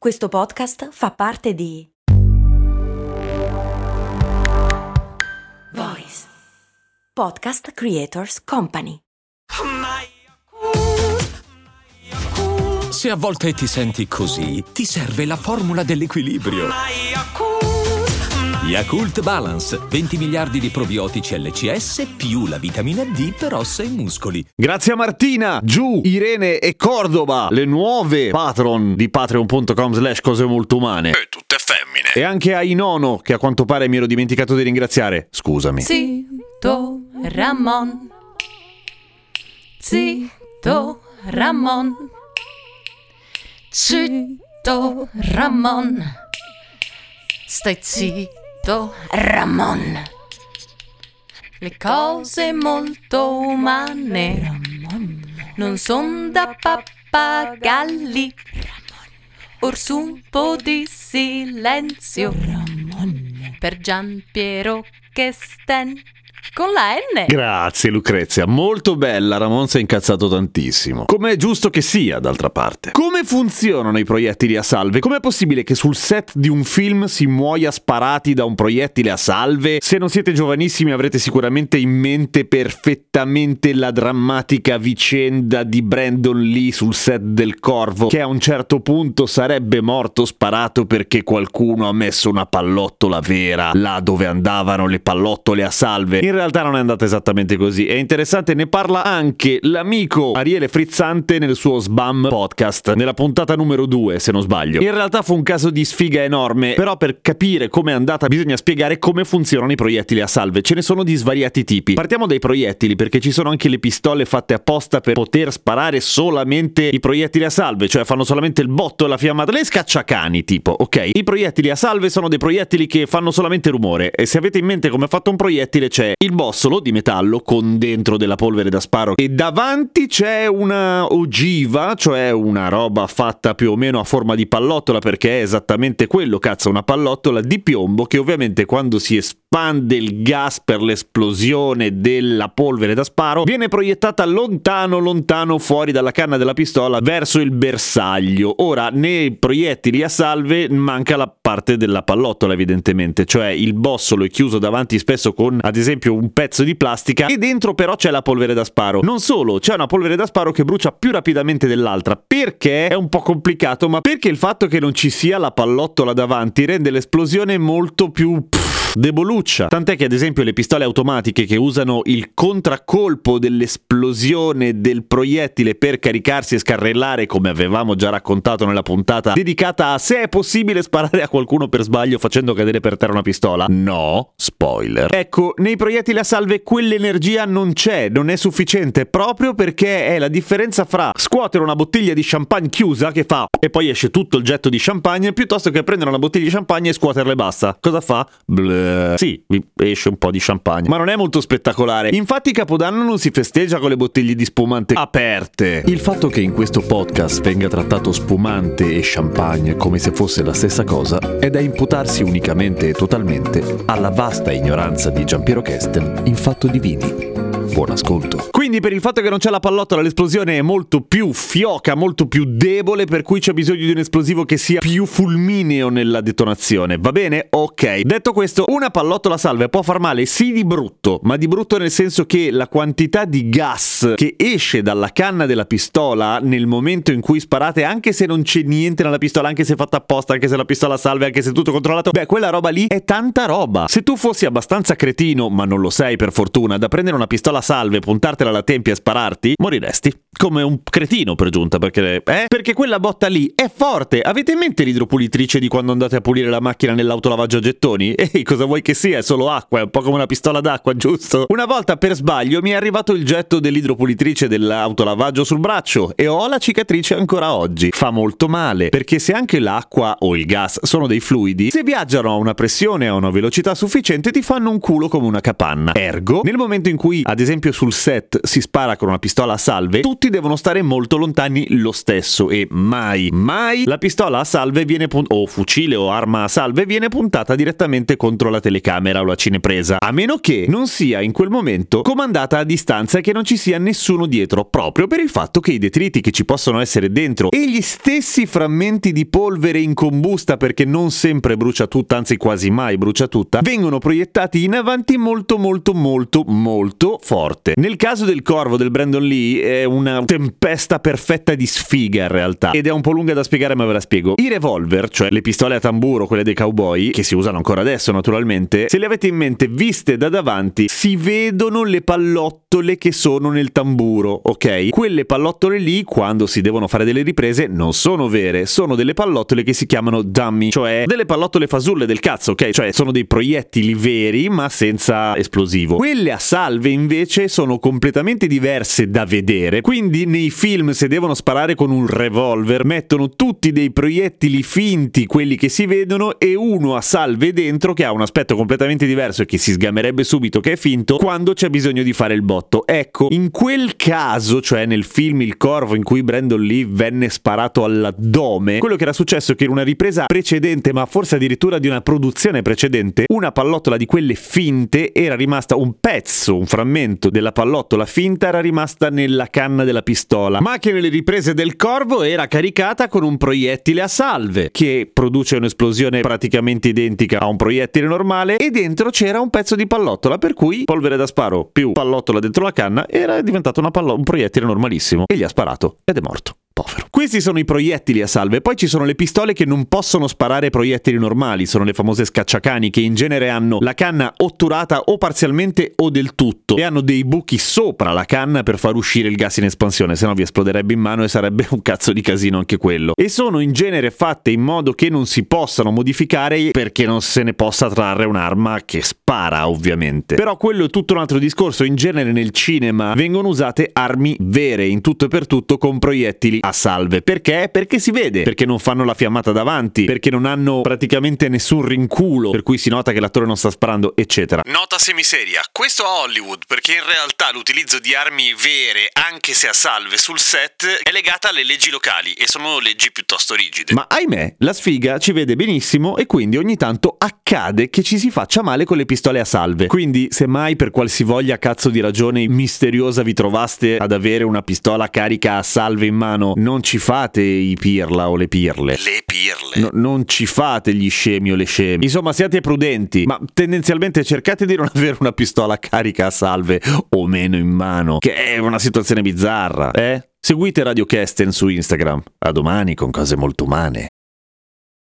Questo podcast fa parte di Voice Podcast Creators Company. Se a volte ti senti così, ti serve la formula dell'equilibrio. Yakult Balance, 20 miliardi di probiotici LCS più la vitamina D per ossa e muscoli. Grazie a Martina, Giù, Irene e Cordova, le nuove patron di patreon.com/cose molto umane. E tutte femmine. E anche a Inono, che a quanto pare mi ero dimenticato di ringraziare. Scusami. Zitto Ramon, zitto Ramon, zitto Ramon, stai zitto Ramon. Le cose molto umane non son da pappagalli. Or su un po' di silenzio per Giampiero Kesten con la N. Grazie Lucrezia, molto bella, Ramon si è incazzato tantissimo. Come è giusto che sia, d'altra parte. Come funzionano i proiettili a salve? Com'è possibile che sul set di un film si muoia sparati da un proiettile a salve? Se non siete giovanissimi avrete sicuramente in mente perfettamente la drammatica vicenda di Brandon Lee sul set del Corvo, che a un certo punto sarebbe morto sparato perché qualcuno ha messo una pallottola vera là dove andavano le pallottole a salve. In realtà non è andata esattamente così. È interessante, ne parla anche l'amico Ariele Frizzante nel suo SBAM podcast, nella puntata numero 2 se non sbaglio. In realtà fu un caso di sfiga enorme, però per capire come è andata bisogna spiegare come funzionano i proiettili a salve. Ce ne sono di svariati tipi. Partiamo dai proiettili, perché ci sono anche le pistole fatte apposta per poter sparare solamente i proiettili a salve, cioè fanno solamente il botto e la fiammata, le scacciacani tipo, ok? I proiettili a salve sono dei proiettili che fanno solamente rumore, e se avete in mente come è fatto un proiettile c'è il bossolo di metallo con dentro della polvere da sparo e davanti c'è una ogiva, cioè una roba fatta più o meno a forma di pallottola, perché è esattamente quello, cazzo, una pallottola di piombo che ovviamente quando si espande il gas per l'esplosione della polvere da sparo viene proiettata lontano fuori dalla canna della pistola verso il bersaglio. Ora, nei proiettili a salve manca la parte della pallottola evidentemente, cioè il bossolo è chiuso davanti spesso con ad esempio un pezzo di plastica e dentro però c'è la polvere da sparo. Non solo, c'è una polvere da sparo che brucia più rapidamente dell'altra, perché è un po' complicato, ma perché il fatto che non ci sia la pallottola davanti rende l'esplosione molto più deboluccia, tant'è che ad esempio le pistole automatiche che usano il contraccolpo dell'esplosione del proiettile per caricarsi e scarrellare, come avevamo già raccontato nella puntata dedicata a se è possibile sparare a qualcuno per sbaglio facendo cadere per terra una pistola, no, spoiler. Ecco, nei proiettili a salve quell'energia non c'è, non è sufficiente, proprio perché è la differenza fra scuotere una bottiglia di champagne chiusa che fa e poi esce tutto il getto di champagne, piuttosto che prendere una bottiglia di champagne e scuoterla e basta. Cosa fa? Sì, esce un po' di champagne, ma non è molto spettacolare. Infatti Capodanno non si festeggia con le bottiglie di spumante aperte. Il fatto che in questo podcast venga trattato spumante e champagne come se fosse la stessa cosa è da imputarsi unicamente e totalmente alla vasta ignoranza di Giampiero Kesten in fatto di vini. Buon ascolto. Quindi per il fatto che non c'è la pallottola l'esplosione è molto più fioca, molto più debole, per cui c'è bisogno di un esplosivo che sia più fulmineo nella detonazione. Va bene? Ok. Detto questo, una pallottola a salve può far male sì di brutto, ma di brutto nel senso che la quantità di gas che esce dalla canna della pistola nel momento in cui sparate, anche se non c'è niente nella pistola, anche se è fatta apposta, anche se la pistola a salve, anche se è tutto controllato, beh, quella roba lì è tanta roba. Se tu fossi abbastanza cretino, ma non lo sei per fortuna, da prendere una pistola a salve, puntartela alla tempia e spararti, moriresti. Come un cretino per giunta, perché quella botta lì è forte. Avete in mente l'idropulitrice di quando andate a pulire la macchina nell'autolavaggio a gettoni? Ehi, cosa vuoi che sia? È solo acqua, è un po' come una pistola d'acqua, giusto? Una volta per sbaglio mi è arrivato il getto dell'idropulitrice dell'autolavaggio sul braccio e ho la cicatrice ancora oggi. Fa molto male, perché se anche l'acqua o il gas sono dei fluidi, se viaggiano a una pressione e a una velocità sufficiente ti fanno un culo come una capanna. Ergo, nel momento in cui, ad esempio, esempio sul set si spara con una pistola a salve, tutti devono stare molto lontani lo stesso e mai la pistola a salve viene o fucile o arma a salve viene puntata direttamente contro la telecamera o la cinepresa, a meno che non sia in quel momento comandata a distanza e che non ci sia nessuno dietro, proprio per il fatto che i detriti che ci possono essere dentro e gli stessi frammenti di polvere incombusta, perché non sempre brucia tutta, anzi quasi mai brucia tutta, vengono proiettati in avanti molto forte. Nel caso del Corvo del Brandon Lee è una tempesta perfetta di sfiga in realtà, ed è un po' lunga da spiegare ma ve la spiego. I revolver, cioè le pistole a tamburo, quelle dei cowboy, che si usano ancora adesso naturalmente, se le avete in mente viste da davanti si vedono le pallottole che sono nel tamburo, ok? Quelle pallottole lì, quando si devono fare delle riprese, non sono vere, sono delle pallottole che si chiamano dummy, cioè delle pallottole fasulle del cazzo, ok? Cioè sono dei proiettili veri ma senza esplosivo. Quelle a salve invece sono completamente diverse da vedere, quindi nei film se devono sparare con un revolver mettono tutti dei proiettili finti, quelli che si vedono, e uno a salve dentro che ha un aspetto completamente diverso e che si sgamerebbe subito che è finto quando c'è bisogno di fare il botto. Ecco, in quel caso, cioè nel film Il Corvo in cui Brandon Lee venne sparato all'addome, quello che era successo è che in una ripresa precedente, ma forse addirittura di una produzione precedente, una pallottola di quelle finte era rimasta, un pezzo, un frammento della pallottola finta era rimasta nella canna della pistola, ma che nelle riprese del Corvo era caricata con un proiettile a salve che produce un'esplosione praticamente identica a un proiettile normale, e dentro c'era un pezzo di pallottola, per cui polvere da sparo più pallottola dentro la canna era diventato un proiettile normalissimo, e gli ha sparato ed è morto. Povero. Questi sono i proiettili a salve. Poi ci sono le pistole che non possono sparare proiettili normali, sono le famose scacciacani, che in genere hanno la canna otturata o parzialmente o del tutto e hanno dei buchi sopra la canna per far uscire il gas in espansione, se no vi esploderebbe in mano e sarebbe un cazzo di casino anche quello. E sono in genere fatte in modo che non si possano modificare perché non se ne possa trarre un'arma che spara, ovviamente. Però quello è tutto un altro discorso. In genere nel cinema vengono usate armi vere in tutto e per tutto con proiettili a salve. Perché? Perché si vede, perché non fanno la fiammata davanti, perché non hanno praticamente nessun rinculo, per cui si nota che l'attore non sta sparando, eccetera. Nota semiseria: questo a Hollywood, perché in realtà l'utilizzo di armi vere, anche se a salve, sul set è legata alle leggi locali, e sono leggi piuttosto rigide. Ma ahimè, la sfiga ci vede benissimo e quindi ogni tanto accade che ci si faccia male con le pistole a salve. Quindi se mai per qualsivoglia cazzo di ragione misteriosa vi trovaste ad avere una pistola carica a salve in mano, non ci fate i pirla o le pirle. Le pirle. Non ci fate gli scemi o le scemi. Insomma, siate prudenti, ma tendenzialmente cercate di non avere una pistola carica a salve o meno in mano, che è una situazione bizzarra, eh? Seguite Radio Kesten su Instagram. A domani con cose molto umane.